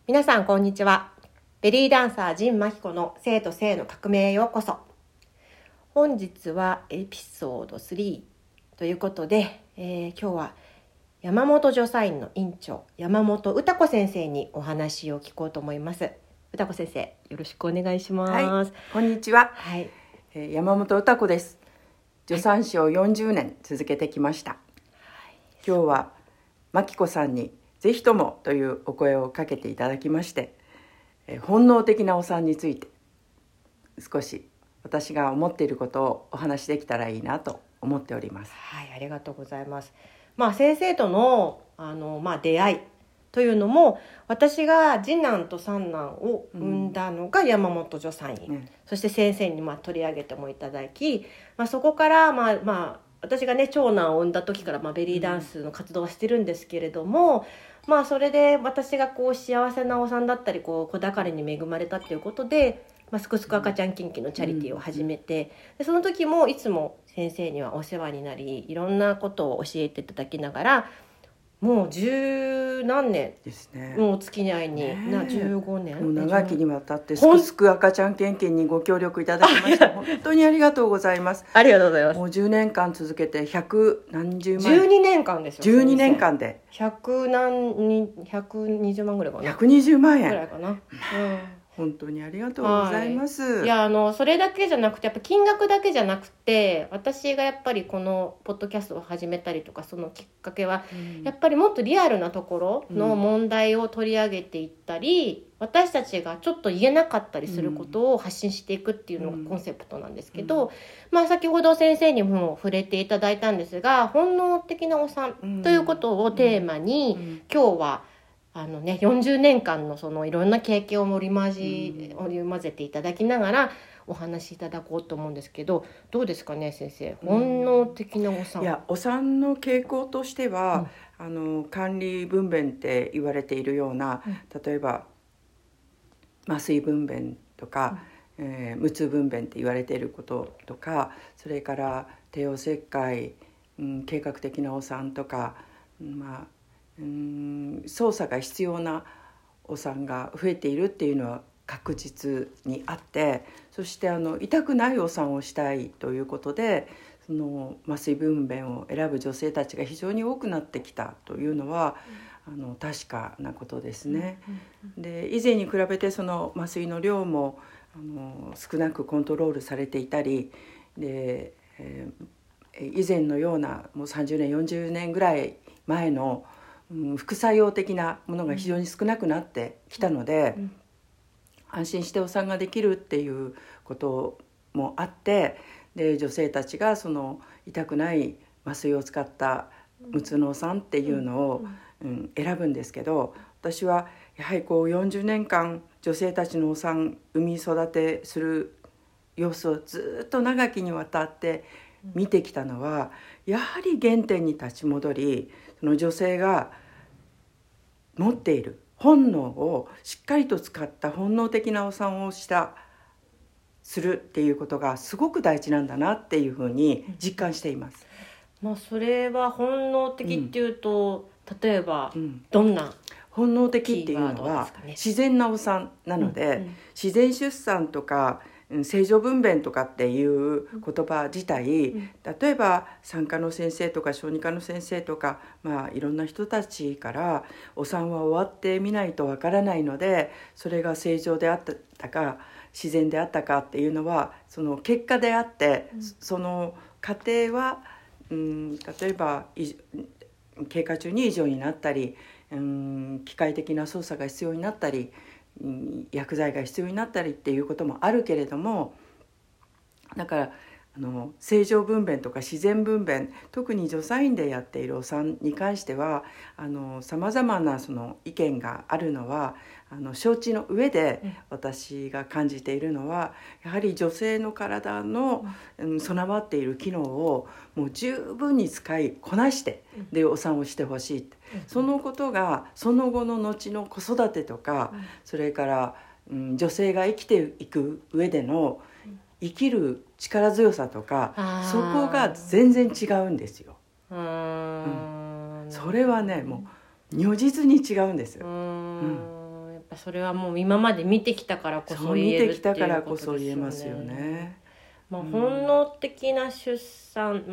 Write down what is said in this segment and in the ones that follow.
皆さんこんにちは。ベリーダンサー陣真希子の生と性の革命へようこそ。本日はエピソード3ということで、今日は山本助産院の院長山本歌子先生にお話を聞こうと思います。歌子先生、よろしくお願いします。 はい、こんにちは、 はい、 山本歌子です。助産師を40年続けてきました、今日は真希子さんにぜひともというお声をかけていただきまして、本能的なお産について少し私が思っていることをお話しできたらいいなと思っております。 はい、ありがとうございます。先生との、出会いというのも、私が次男と三男を産んだのが山本助産院、そして先生に取り上げてもいただき、そこから私がね長男を産んだ時からベリーダンスの活動はしてるんですけれども、それで私が幸せなお産だったり子宝に恵まれたっていうことで、すくすく赤ちゃん近畿のチャリティーを始めて、でその時もいつも先生にはお世話になり、いろんなことを教えていただきながら、もう十何年ですね、 もうお付き合いに、15年もう長きにわたってすくすく赤ちゃん研究にご協力いただきまして本当にありがとうございます。 ありがとうございます。 もう10年間続けて百何十万、 12年間ですよ。 12年間で 120万ぐらいかな、 120万円ぐらいかな、 本当にありがとうございます。 いやそれだけじゃなくて、やっぱ金額だけじゃなくて、私がやっぱりこのポッドキャストを始めたりとか、そのきっかけは、やっぱりもっとリアルなところの問題を取り上げていったり、私たちがちょっと言えなかったりすることを発信していくっていうのがコンセプトなんですけど、先ほど先生にも触れていただいたんですが、本能的なお産ということをテーマに、今日は40年間のそのいろんな経験を織り交ぜていただきながらお話しいただこうと思うんですけど、どうですかね先生、本能的なお産。 いや、お産の傾向としては、管理分娩って言われているような、例えば麻酔分娩とか、無痛分娩って言われていることとか、それから帝王切開、計画的なお産とか、操作が必要なお産が増えているっていうのは確実にあって、そして痛くないお産をしたいということで、その麻酔分娩を選ぶ女性たちが非常に多くなってきたというのは、確かなことですね。で、以前に比べてその麻酔の量も少なくコントロールされていたりで、以前のようなもう30年40年ぐらい前の副作用的なものが非常に少なくなってきたので、安心してお産ができるっていうこともあって、で女性たちがその痛くない麻酔を使った無痛のお産っていうのを、選ぶんですけど、私はやはり40年間女性たちのお産産み育てする様子をずっと長きにわたって見てきたのは、やはり原点に立ち戻り、その女性が持っている本能をしっかりと使った本能的なお産をするっていうことがすごく大事なんだなっていうふうに実感しています。 それは本能的っていうと、例えばどんな本能的っていうのは自然なお産なので、自然出産とか正常分娩とかっていう言葉自体、例えば産科の先生とか小児科の先生とか、いろんな人たちからお産は終わってみないとわからないので、それが正常であったか自然であったかっていうのはその結果であって、その過程は例えば経過中に異常になったり、機械的な操作が必要になったり、薬剤が必要になったりっていうこともあるけれども、だから正常分娩とか自然分娩、特に助産院でやっているお産に関してはさまざまなその意見があるのは承知の上で、私が感じているのはやはり女性の体の備わっている機能をもう十分に使いこなしてでお産をしてほしい、そのことがその後の後の子育てとか、それから女性が生きていく上での生きる力強さとか、そこが全然違うんですよ。それはねもう如実に違うんです。 やっぱぱそれはもう今まで見てきたからこそ言えるっていうことですよね。 見てきたからこそ言えますよね。 本能的な出産、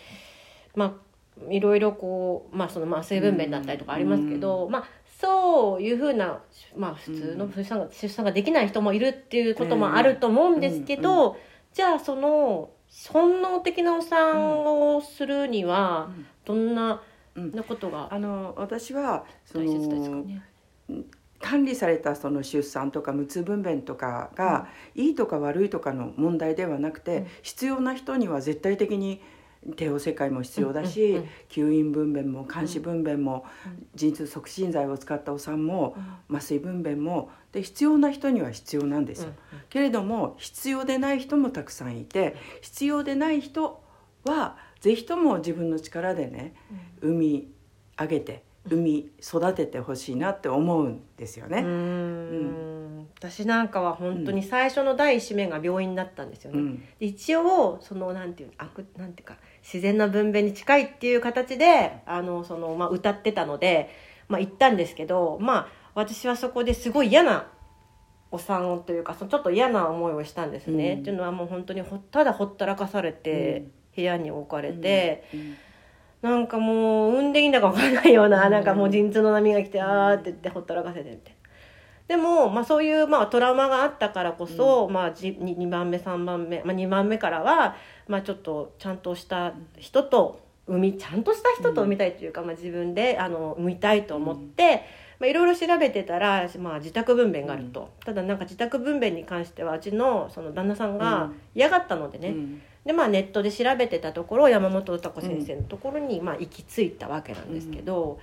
いろいろこう、その性分娩だったりとかありますけど、そういうふうな、普通の出産ができない人もいるっていうこともあると思うんですけど、じゃあその本能的なお産をするにはどんなことが私は大切ですかね。 管理されたその出産とか無痛分娩とかがいいとか悪いとかの問題ではなくて、必要な人には絶対的に帝王切開も必要だし、吸引分娩も監視分娩も、陣痛促進剤を使ったお産も、麻酔分娩もで必要な人には必要なんですよ。けれども必要でない人もたくさんいて、必要でない人はぜひとも自分の力でね、産み上げて産み育ててほしいなって思うんですよね。 私なんかは本当に最初の第一目が病院だったんですよね。一応そのなんていうか自然な分娩に近いっていう形で歌ってたので、行ったんですけど、私はそこですごい嫌なお産をというか、ちょっと嫌な思いをしたんですね。っていうのはもう本当にただほったらかされて、部屋に置かれて、なんかもう産んでいいんだか分からないような、なんかもう陣痛の波が来て、あーって言ってほったらかせてみたいな。でも、そういう、トラウマがあったからこそ、2番目3番目、2番目からは、ちょっとちゃんとした人とちゃんとした人と産みたいというか、自分で産みたいと思って、いろいろ調べてたら、自宅分娩があると。ただなんか自宅分娩に関してはうちのその旦那さんが嫌がったのでね、でネットで調べてたところ、山本歌子先生のところに行き着いたわけなんですけど、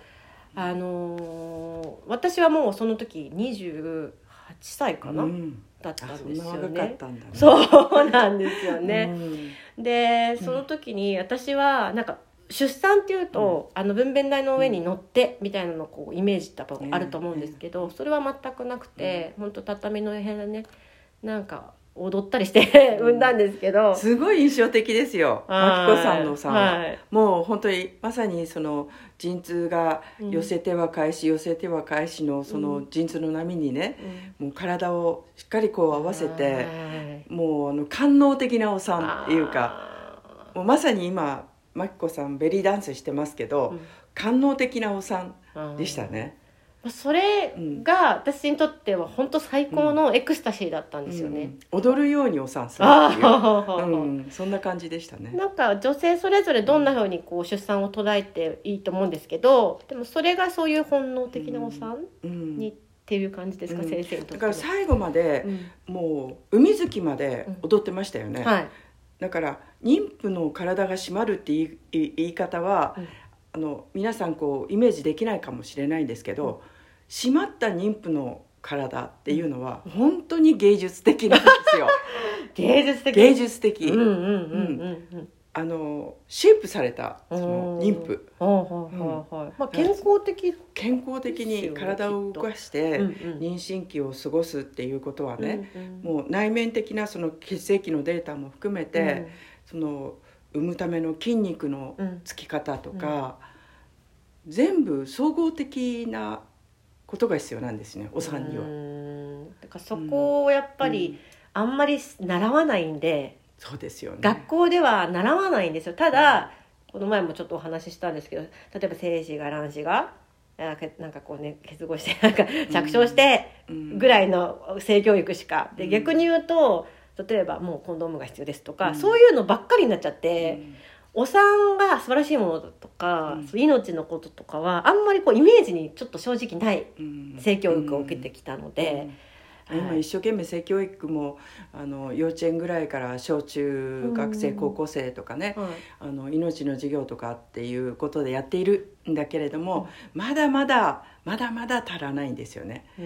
私はもうその時28歳かな、だったんですよね。そうなんですよね。でその時に私はなんか出産っていうと、分娩台の上に乗ってみたいなのをこうイメージってあると思うんですけど、それは全くなくて、本当畳の辺でね、なんか踊ったりして産んだんですけど、 すごい印象的ですよ、真紀子さんのさんは、もう本当にまさにその陣痛が寄せては返し、寄せては返しのその陣痛の波にね、もう体をしっかりこう合わせて、もう官能的なお産っていうか、もうまさに今真紀子さんベリーダンスしてますけど、官能的なお産でしたね。 それが私にとっては本当最高のエクスタシーだったんですよね。 踊るようにお産するっていう、そんな感じでしたね。 なんか女性それぞれどんな風にこう出産を捉えていいと思うんですけど、でもそれがそういう本能的なお産にっていう感じですか、先生にとって。 だから最後まで、もう海月まで踊ってましたよね。だから妊婦の体が締まるって言い方は、皆さんこうイメージできないかもしれないんですけど、締まった妊婦の体っていうのは本当に芸術的なんですよ。芸術的。シェイプされたその妊婦、健康的に体を動かして妊娠期を過ごすっていうことはね、もう内面的なその血液のデータも含めて、その産むための筋肉のつき方とか、全部総合的なことが必要なんですね、お産には。 だからそこをやっぱりあんまり習わないんで、 そうですよね、 学校では習わないんですよ。ただ、この前もちょっとお話ししたんですけど、例えば精子が卵子がなんかこうね、結合してなんか着床してぐらいの性教育しかで、逆に言うと例えばもうコンドームが必要ですとか、そういうのばっかりになっちゃって、お産が素晴らしいものだとか、命のこととかはあんまりこうイメージにちょっと正直ない性教育を受けてきたので、 今一生懸命性教育も幼稚園ぐらいから小中学生、高校生とかね、命の授業とかっていうことでやっているんだけれども、まだまだ足らないんですよね。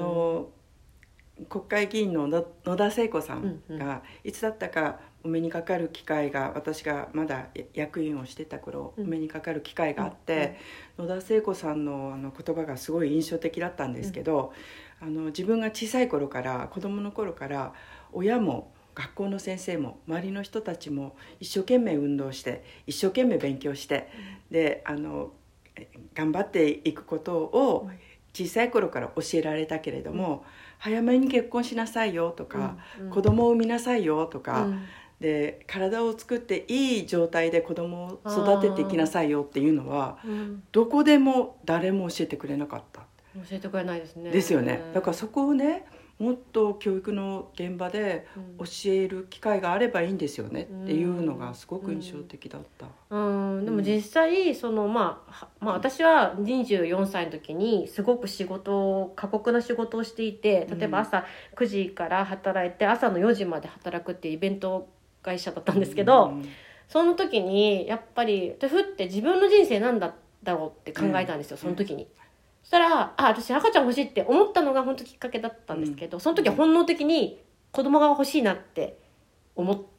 国会議員の野田聖子さんがいつだったかお目にかかる機会が、私がまだ役員をしてた頃お目にかかる機会があって、野田聖子さんの言葉がすごい印象的だったんですけど、自分が小さい頃から子供の頃から親も学校の先生も周りの人たちも一生懸命運動して一生懸命勉強して、で頑張っていくことを小さい頃から教えられたけれども、早めに結婚しなさいよとか、子供を産みなさいよとか、で体を作っていい状態で子供を育てていきなさいよっていうのは、どこでも誰も教えてくれなかった。 教えてくれないですね。 ですよね。だからそこをね、もっと教育の現場で教える機会があればいいんですよねっていうのがすごく印象的だった。 でも実際私は24歳の時にすごく過酷な仕事をしていて、例えば朝9時から働いて朝の4時まで働くっていうイベント会社だったんですけど、その時にやっぱりふって自分の人生なんだろうって考えたんですよ、その時に。そしたら私赤ちゃん欲しいって思ったのが本当きっかけだったんですけど、その時は本能的に子供が欲しいなって思った、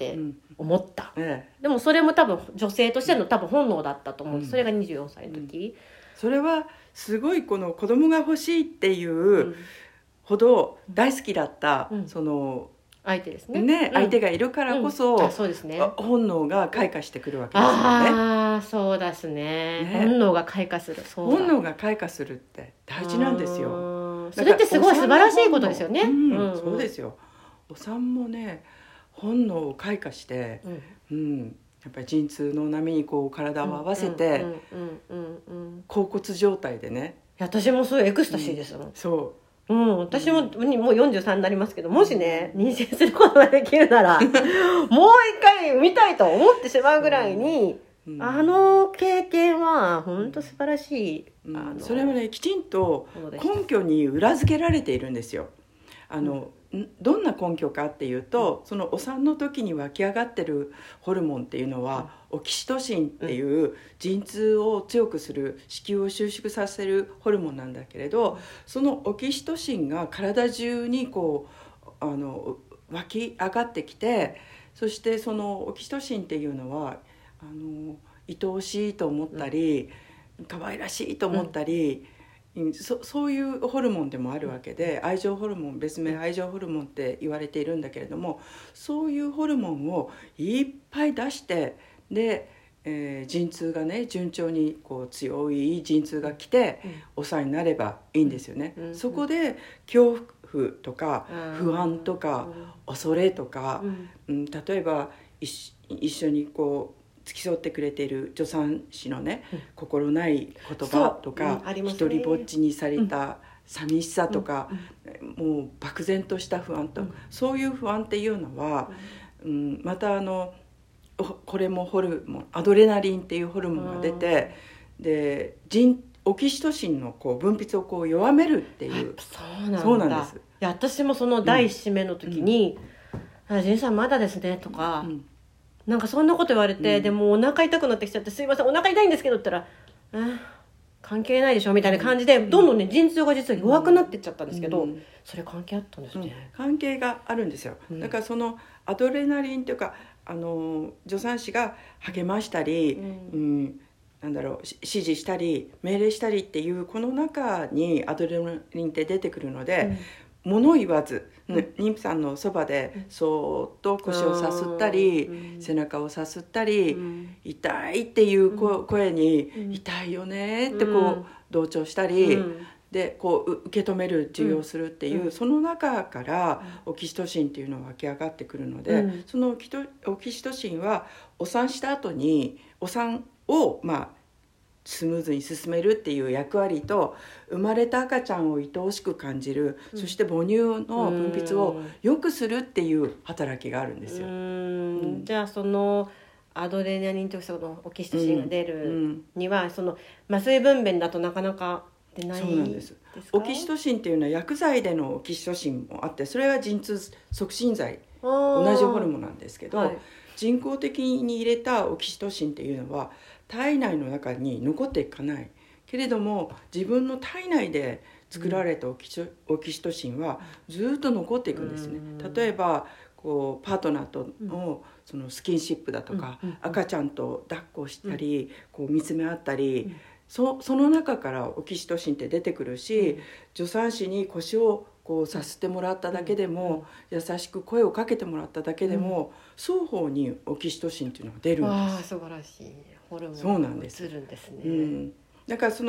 でもそれも多分女性としての多分本能だったと思う、それが24歳の時、 それはすごいこの子供が欲しいっていうほど大好きだった、その相手ですね、 相手がいるからこそ、 そうですね、 本能が開花してくるわけですよね。 そうですね、本能が開花する。 本能が開花するって大事なんですよ。 それってすごい素晴らしいことですよね。 そうですよ。お産もね、本能を開花して、やっぱり陣痛の波にこう体を合わせて恍惚状態でね。 私もそういうエクスタシーですもん。私ももう43になりますけど、もしね妊娠することができるならもう一回産みたいと思ってしまうぐらいに、あの経験は本当素晴らしい、 それはねきちんと根拠に裏付けられているんですよ。どんな根拠かっていうと、そのお産の時に湧き上がってるホルモンっていうのは、オキシトシンっていう陣痛を強くする、子宮を収縮させるホルモンなんだけれど、そのオキシトシンが体中にこう湧き上がってきて、そしてそのオキシトシンっていうのは愛おしいと思ったり、可愛らしいと思ったり、そういうホルモンでもあるわけで、愛情ホルモン、別名愛情ホルモンって言われているんだけれども、そういうホルモンをいっぱい出して、で、陣痛がね順調にこう強い陣痛が来てお産になればいいんですよね。そこで恐怖とか不安とか恐れとか、例えば一緒にこう付き添ってくれている助産師のね、心ない言葉とか、一人ぼっちにされた寂しさとか、もう漠然とした不安と、そういう不安っていうのは、またこれもホルモン、アドレナリンっていうホルモンが出て、でオキシトシンのこう分泌をこう弱めるっていう。そうなんです。 いや、私もその第一子目の時に「仁さんまだですね」とか、なんかそんなこと言われて、でもお腹痛くなってきちゃって「すいませんお腹痛いんですけど」って言ったら「関係ないでしょ」みたいな感じで、どんどんね陣痛が実は弱くなってっちゃったんですけど、それ関係あったんですね。 関係があるんですよ。だからそのアドレナリンというか助産師が励ましたり、指示したり命令したりっていうこの中にアドレナリンって出てくるので、物言わず、妊婦さんのそばでそーっと腰をさすったり、背中をさすったり、痛いっていう声に、痛いよねってこう同調したり、でこう受け止める授業をするっていう、その中からオキシトシンっていうのが湧き上がってくるので、そのオキシトシンはお産した後にお産をスムーズに進めるっていう役割と、生まれた赤ちゃんを愛おしく感じる、そして母乳の分泌を良くするっていう働きがあるんですよ。 じゃあそのアドレナリンとそのオキシトシンが出るには、その麻酔分娩だとなかなか出ない。 そうなんです。オキシトシンっていうのは薬剤でのオキシトシンもあって、それは陣痛促進剤、同じホルモンなんですけど、人工的に入れたオキシトシンっていうのは体内の中に残っていかないけれども、自分の体内で作られたオキシトシンはずっと残っていくんですね。例えばこうパートナーとのそのスキンシップだとか、赤ちゃんと抱っこしたり、こう見つめ合ったり、その中からオキシトシンって出てくるし、助産師に腰をこうさすってもらっただけでも、優しく声をかけてもらっただけでも、双方にオキシトシンっていうのが出るんです。 素晴らしい。ホルモンそうなんです。 映るんですね。 だからその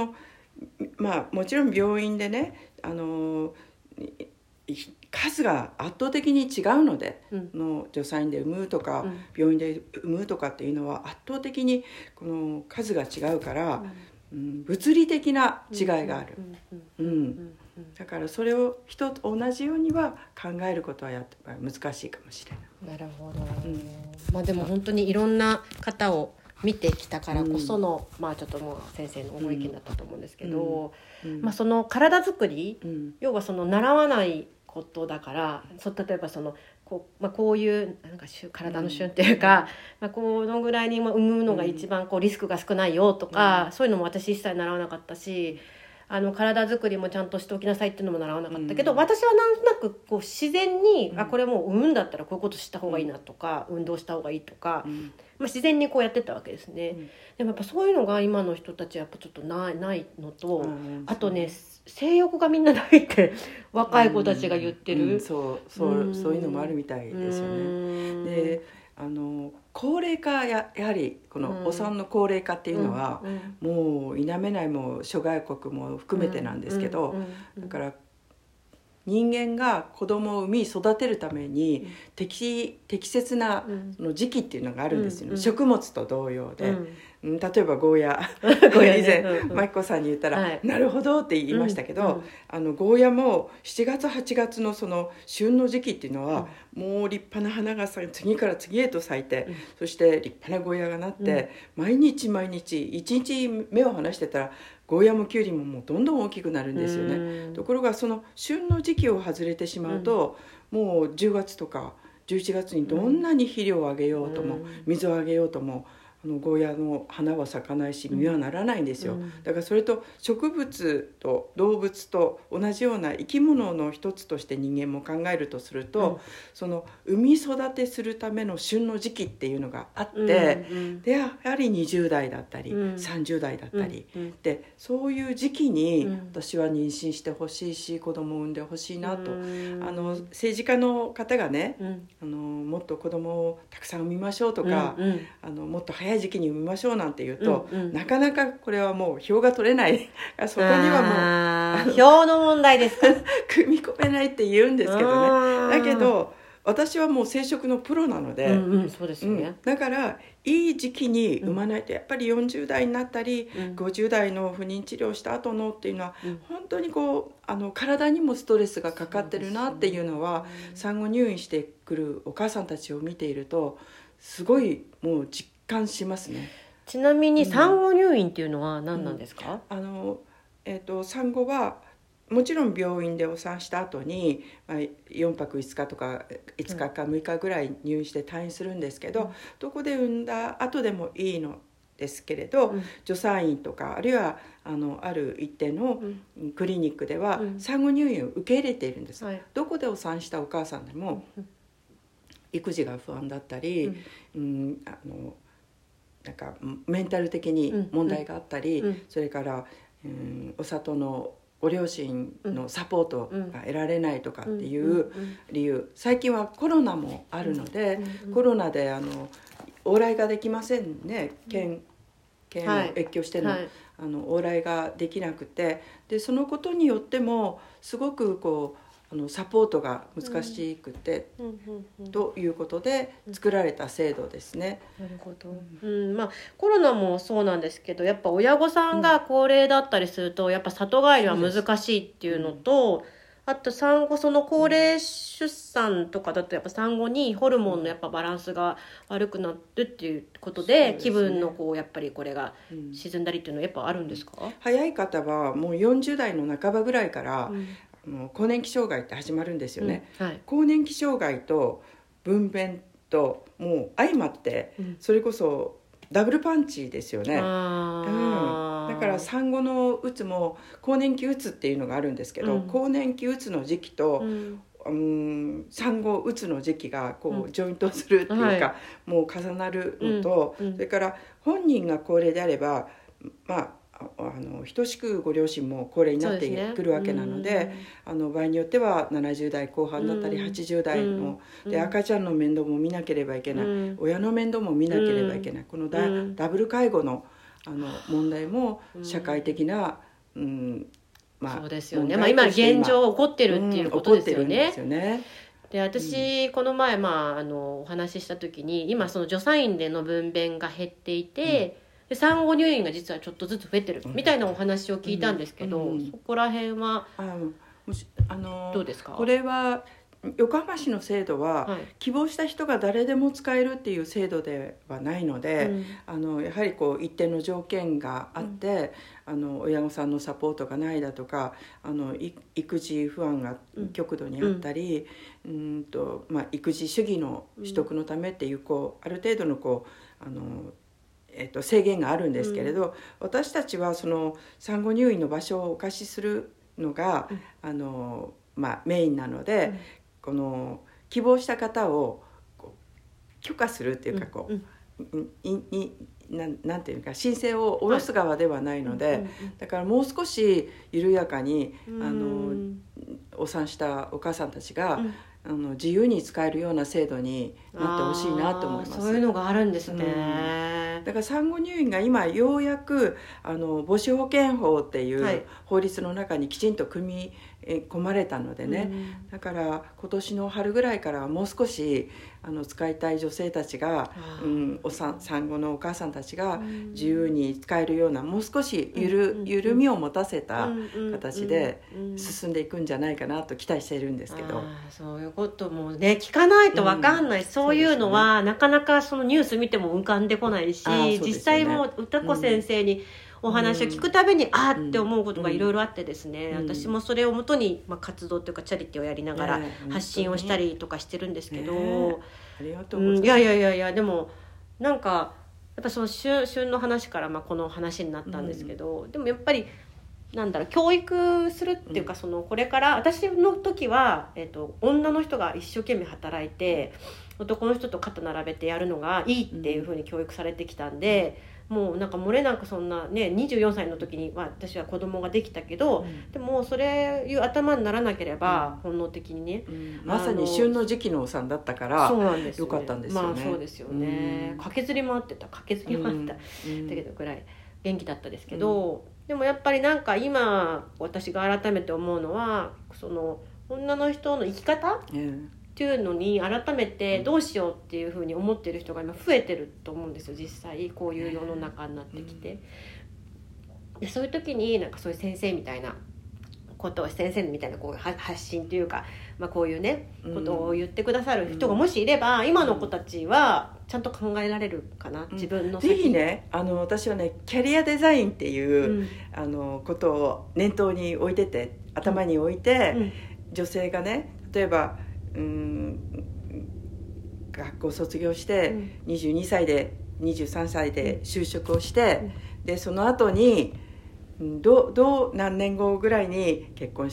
もちろん病院でね数が圧倒的に違うので、の助産院で産むとか、病院で産むとかっていうのは圧倒的にこの数が違うから、物理的な違いがある。だからそれを人と同じようには考えることはやっぱり難しいかもしれない。なるほど。でも本当にいろんな方を見てきたからこその、ちょっともう先生の思い意見だったと思うんですけど、その体作り、要はその習わないことだから、例えばそのこういうなんか体の旬っていうか、このぐらいに産むのが一番リスクが少ないよとか、そういうのも私一切習わなかったし、体作りもちゃんとしておきなさいっていうのも習わなかったけど、私はなんとなく自然に、これもう産むんだったらこういうことした方がいいなとか、運動した方がいいとか、自然にやってったわけですね。でもやっぱそういうのが今の人たちはやっぱちょっとないのと、あとね、性欲がみんなないって若い子たちが言ってる、 そういうのもあるみたいですよね。で高齢化やはりこのお産の高齢化っていうのは、もう否めないも諸外国も含めてなんですけど、だから人間が子供を産み育てるために適切なその時期っていうのがあるんですよね。食物と同様で、例えばゴーヤ以前真紀子さんに言ったら、なるほどって言いましたけど、ゴーヤも7月8月のその旬の時期っていうのは、もう立派な花が次から次へと咲いて、そして立派なゴーヤがなって、毎日一日目を離してたらゴーヤもキュウリももうどんどん大きくなるんですよね。ところがその旬の時期を外れてしまうと、もう10月とか11月にどんなに肥料をあげようとも、水をあげようともゴーヤの花は咲かないし実はならないんですよ。だからそれと植物と動物と同じような生き物の一つとして人間も考えるとすると、その産み育てするための旬の時期っていうのがあって、でやはり20代だったり、30代だったり、でそういう時期に私は妊娠してほしいし子供を産んでほしいなと、政治家の方がね、もっと子供をたくさん産みましょうとか、もっと早い時期に産みましょうなんて言うと、なかなかこれはもう票が取れないそこにはもう票の問題ですか組み込めないって言うんですけどね。だけど私はもう生殖のプロなので、 そうですね、 だからいい時期に産まないと、やっぱり40代になったり、50代の不妊治療した後のっていうのは、本当に体にもストレスがかかってるなっていうのは、産後入院してくるお母さんたちを見ているとすごいもう実感しますね。 ちなみに産後入院っていうのは何なんですか？ 産後はもちろん病院でお産した後に、4泊5日とか5日か6日ぐらい入院して退院するんですけど、どこで産んだ後でもいいのですけれど、助産院とかあるいはある一定のクリニックでは産後入院を受け入れているんです。どこでお産したお母さんでも育児が不安だったり、なんかメンタル的に問題があったり、それからお里のご両親のサポートが得られないとかっていう理由、最近はコロナもあるので、コロナで往来ができませんね。県の越境しての往来ができなくて、でそのことによってもすごくサポートが難しくて、ということで作られた制度ですね。 なるほど。コロナもそうなんですけど、やっぱ親御さんが高齢だったりすると、やっぱ里帰りは難しいっていうのと、あと産後その高齢出産とかだとやっぱ産後にホルモンのやっぱバランスが悪くなるっていうことで、気分のやっぱりこれが沈んだりっていうのはやっぱあるんですか？ 早い方はもう40代の半ばぐらいから、更年期障害って始まるんですよね。更年期障害と分娩ともう相まって、それこそダブルパンチですよね。だから産後のうつも更年期うつっていうのがあるんですけど、更年期うつの時期と、産後うつの時期がジョイントするっていうか、もう重なるのと、それから本人が高齢であれば等しくご両親も高齢になってくるわけなので、場合によっては70代後半だったり80代の、で赤ちゃんの面倒も見なければいけない、親の面倒も見なければいけない、このダブル介護の問題も社会的なそうですよね、今現状起こってるっていうことですよね。 起こってるんですよね。 で私、この前、お話しした時に今その助産院での分娩が減っていて、で産後入院が実はちょっとずつ増えてるみたいなお話を聞いたんですけど、そこら辺はどうですか？ これは横浜市の制度は、希望した人が誰でも使えるっていう制度ではないので、やはり一定の条件があって、親御さんのサポートがないだとか育児不安が極度にあったり、育児主義の取得のためっていうある程度の制限があるんですけれど、私たちはその産後入院の場所をお貸しするのが、メインなので、この希望した方を許可するっていうかなんていうか申請を下ろす側ではないので、だからもう少し緩やかにお産したお母さんたちが自由に使えるような制度になってほしいなと思います。 そういうのがあるんですね。 だから産後入院が今ようやく母子保健法っていう法律の中にきちんと組み込まれたのでね、だから今年の春ぐらいからはもう少し使いたい女性たちが、産後のお母さんたちが自由に使えるようなもう少し緩みを持たせた形で進んでいくんじゃないかなと期待しているんですけど。 そういうこともね聞かないと分かんない、そういうのはなかなかそのニュース見ても浮かんでこないし、実際も歌子先生にお話を聞くたびにって思うことがいろいろあってですね、私もそれをもとに活動というかチャリティーをやりながら発信をしたりとかしてるんですけど、 ありがとうございます。 いやでもなんかやっぱその旬の話からこの話になったんですけど、でもやっぱり教育するっていうか、そのこれから私の時は、女の人が一生懸命働いて男の人と肩並べてやるのがいいっていう風に教育されてきたんで、もう漏れなくそんなね24歳の時に私は子供ができたけど、でもそれいう頭にならなければ、本能的にね、 まさに旬の時期のお産だったからそうなんですよ、 よかったんですよね。 そうですよね、駆けずり回ってただけどぐらい元気だったですけど、でもやっぱり今私が改めて思うのは、その女の人の生き方っていうのに改めてどうしようっていうふうに思ってる人が今増えてると思うんですよ。実際こういう世の中になってきて、でそういう時にそういう先生みたいなことを先生みたいな発信というか、こういうねことを言ってくださる人がもしいれば、今の子たちはちゃんと考えられるかな、自分のぜひね、私はねキャリアデザインっていう、ことを念頭に置いてて、頭に置いて、女性がね例えば学校卒業して、22歳で23歳で就職をして、でその後に何年後ぐらいに結婚して、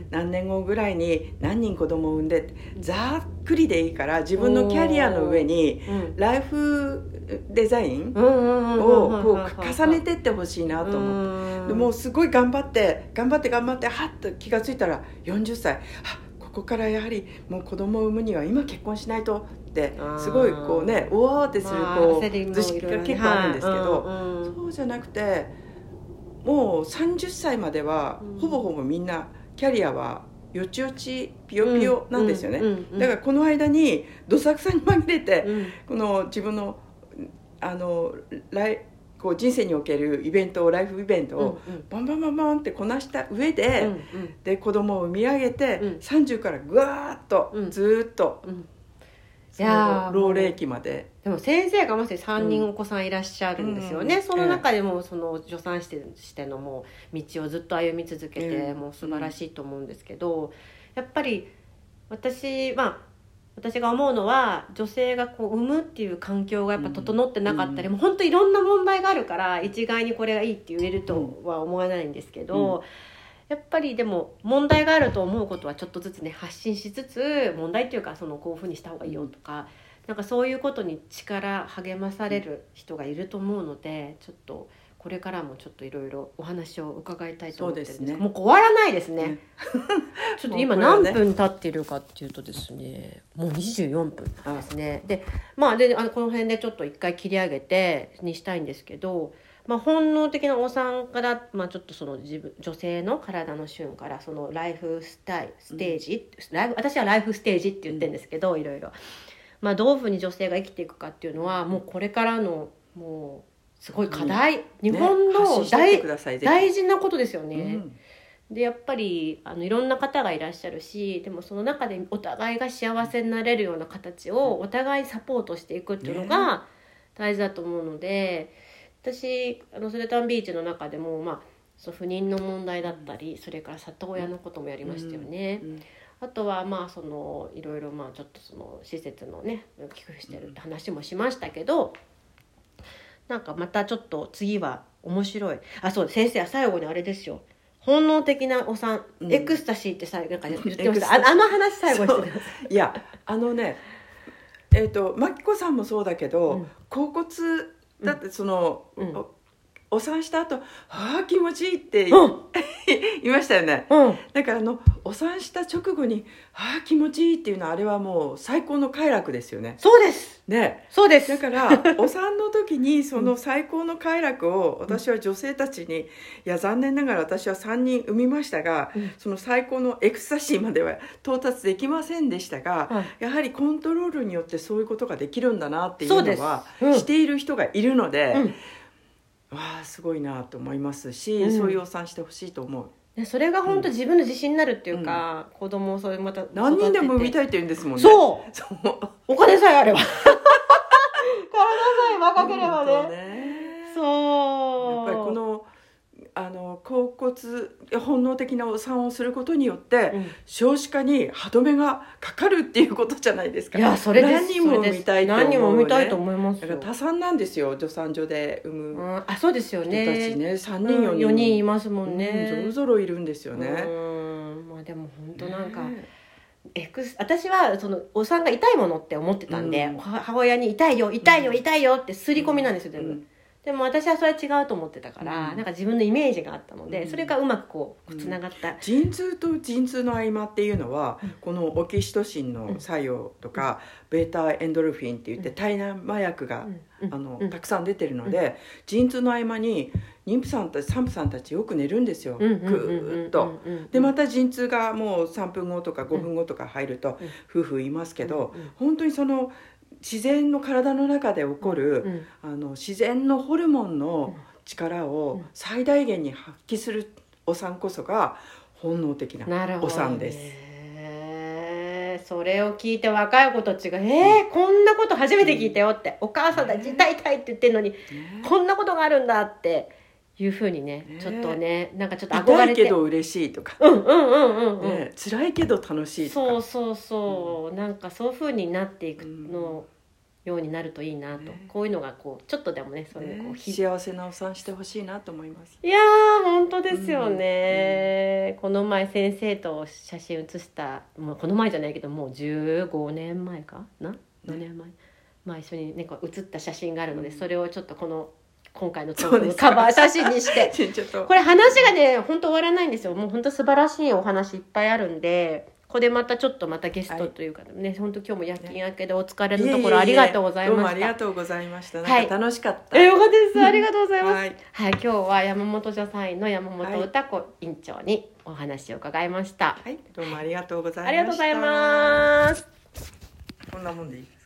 何年後ぐらいに何人子供を産んで、ざっくりでいいから自分のキャリアの上にライフデザインを重ねてってほしいなと思って、でもうすごい頑張ってはっと気がついたら40歳、ここからやはりもう子供を産むには今結婚しないとってすごいおわーってする図式が結構あるんですけど、そうじゃなくてもう30歳まではほぼみんなキャリアはよちよちピヨピヨなんですよね。だからこの間にどさくさに紛れて、この自分の人生におけるイベントをライフイベントをバンバンってこなした上で、で子供を産み上げて、30からぐわーっとずっと、老齢期まで。 でも先生がまさに3人お子さんいらっしゃるんですよね、その中でもその助産してのもう道をずっと歩み続けて、もう素晴らしいと思うんですけど、やっぱり私が思うのは、女性が産むっていう環境がやっぱ整ってなかったり、もう本当いろんな問題があるから一概にこれがいいって言えるとは思わないんですけど、やっぱりでも問題があると思うことはちょっとずつね発信しつつ、問題っていうかこういうふうにした方がいいよとか、そういうことに励まされる人がいると思うので、ちょっとこれからもちょっといろいろお話を伺いたいと思ってるんですけど、もう終わらないですね、ちょっと今何分経ってるかっていうとですね、もう24分ですね。でこの辺でちょっと一回切り上げてにしたいんですけど、 本能的なお産から、ちょっとその女性の体の旬からそのライフステージ、私はライフステージって言ってるんですけど、いろいろ、どういうふうに女性が生きていくかっていうのはもうこれからのもうすごい課題、日本の大事なことですよね。でやっぱりいろんな方がいらっしゃるし、でもその中でお互いが幸せになれるような形をお互いサポートしていくっていうのが大事だと思うので、私スレタンビーチの中でも、そう不妊の問題だったり、それから里親のこともやりましたよね。あとはそのいろいろちょっとその施設のね寄付してるって話もしましたけど、なんかまたちょっと次は面白い。そう、先生は最後にあれですよ、本能的なお産、エクスタシーってさ、なんか言ってました。あの話最後してください。 いやマキコさんもそうだけど、恍骨だってその、お産した後気持ちいいって言いましたよね。だからお産した直後に気持ちいいっていうのは、あれはもう最高の快楽ですよね。 そうですね。 そうです。 だからお産の時にその最高の快楽を私は女性たちに、いや残念ながら私は3人産みましたが、その最高のエクスタシーまでは到達できませんでしたが、やはりコントロールによってそういうことができるんだなっていうのはしている人がいるので、すごいなと思いますし、そういうお産してほしいと思う。 それが本当自分の自信になるっていうか、子供をそれまた何人でも産みたいって言うんですもんね。 そうお金さえあれば体さえ若ければね。そうやっぱりこの恍骨本能的なお産をすることによって、少子化に歯止めがかかるっていうことじゃないですか。 いやそれです。 何人も産みたいと思う、ね、 何人も産みたいと思いますよ。 だから多産なんですよ、助産所で産むそうですよね。 人たちね、3人4 人いますもんね。 ぞろぞろいるんですよね。 でも本当なんか、私はそのお産が痛いものって思ってたんで、母親に痛いよ痛いよ痛いよって刷り込みなんですよ全部。でも私はそれは違うと思ってたから、なんか自分のイメージがあったので、それがうまくこうつながった、 陣痛と陣痛の合間っていうのは、このオキシトシンの作用とか、ベータエンドルフィンっていって体内麻薬が、たくさん出てるので、陣痛の合間に妊婦さんたち産婦さんたちよく寝るんですよ、ぐーっと。でまた陣痛がもう3分後とか5分後とか入ると夫婦言いますけど、本当にその自然の体の中で起こる、自然のホルモンの力を最大限に発揮するお産こそが本能的なお産です。 それを聞いて若い子たちがこんなこと初めて聞いたよって、お母さんたち痛い痛いって言ってるのに、こんなことがあるんだっていうふうにね、ちょっとね、なんかちょっと憧れて、 痛いけど嬉しいとか、辛いけど楽しいとか、 そう、なんかそういうふうになっていくのようになるといいなと、こういうのがこうちょっとでもね、そういうこう幸せなお産してほしいなと思います。 いやー本当ですよね。この前先生と写真写した、もうこの前じゃないけどもう15年前かな、4年前、一緒にねこう写った写真があるので、それをちょっと今回のトークのカバー写真にしてこれ話がね本当終わらないんですよ。もう本当素晴らしいお話いっぱいあるんで、ここでまたちょっとゲストというかね、本当今日も夜勤明けでお疲れのところありがとうございました。 どうもありがとうございました。なんか楽しかった。 よかったです。ありがとうございます。今日は山本助産院の山本歌子院長にお話を伺いました。 どうもありがとうございました。 ありがとうございます。 こんなもんでいい。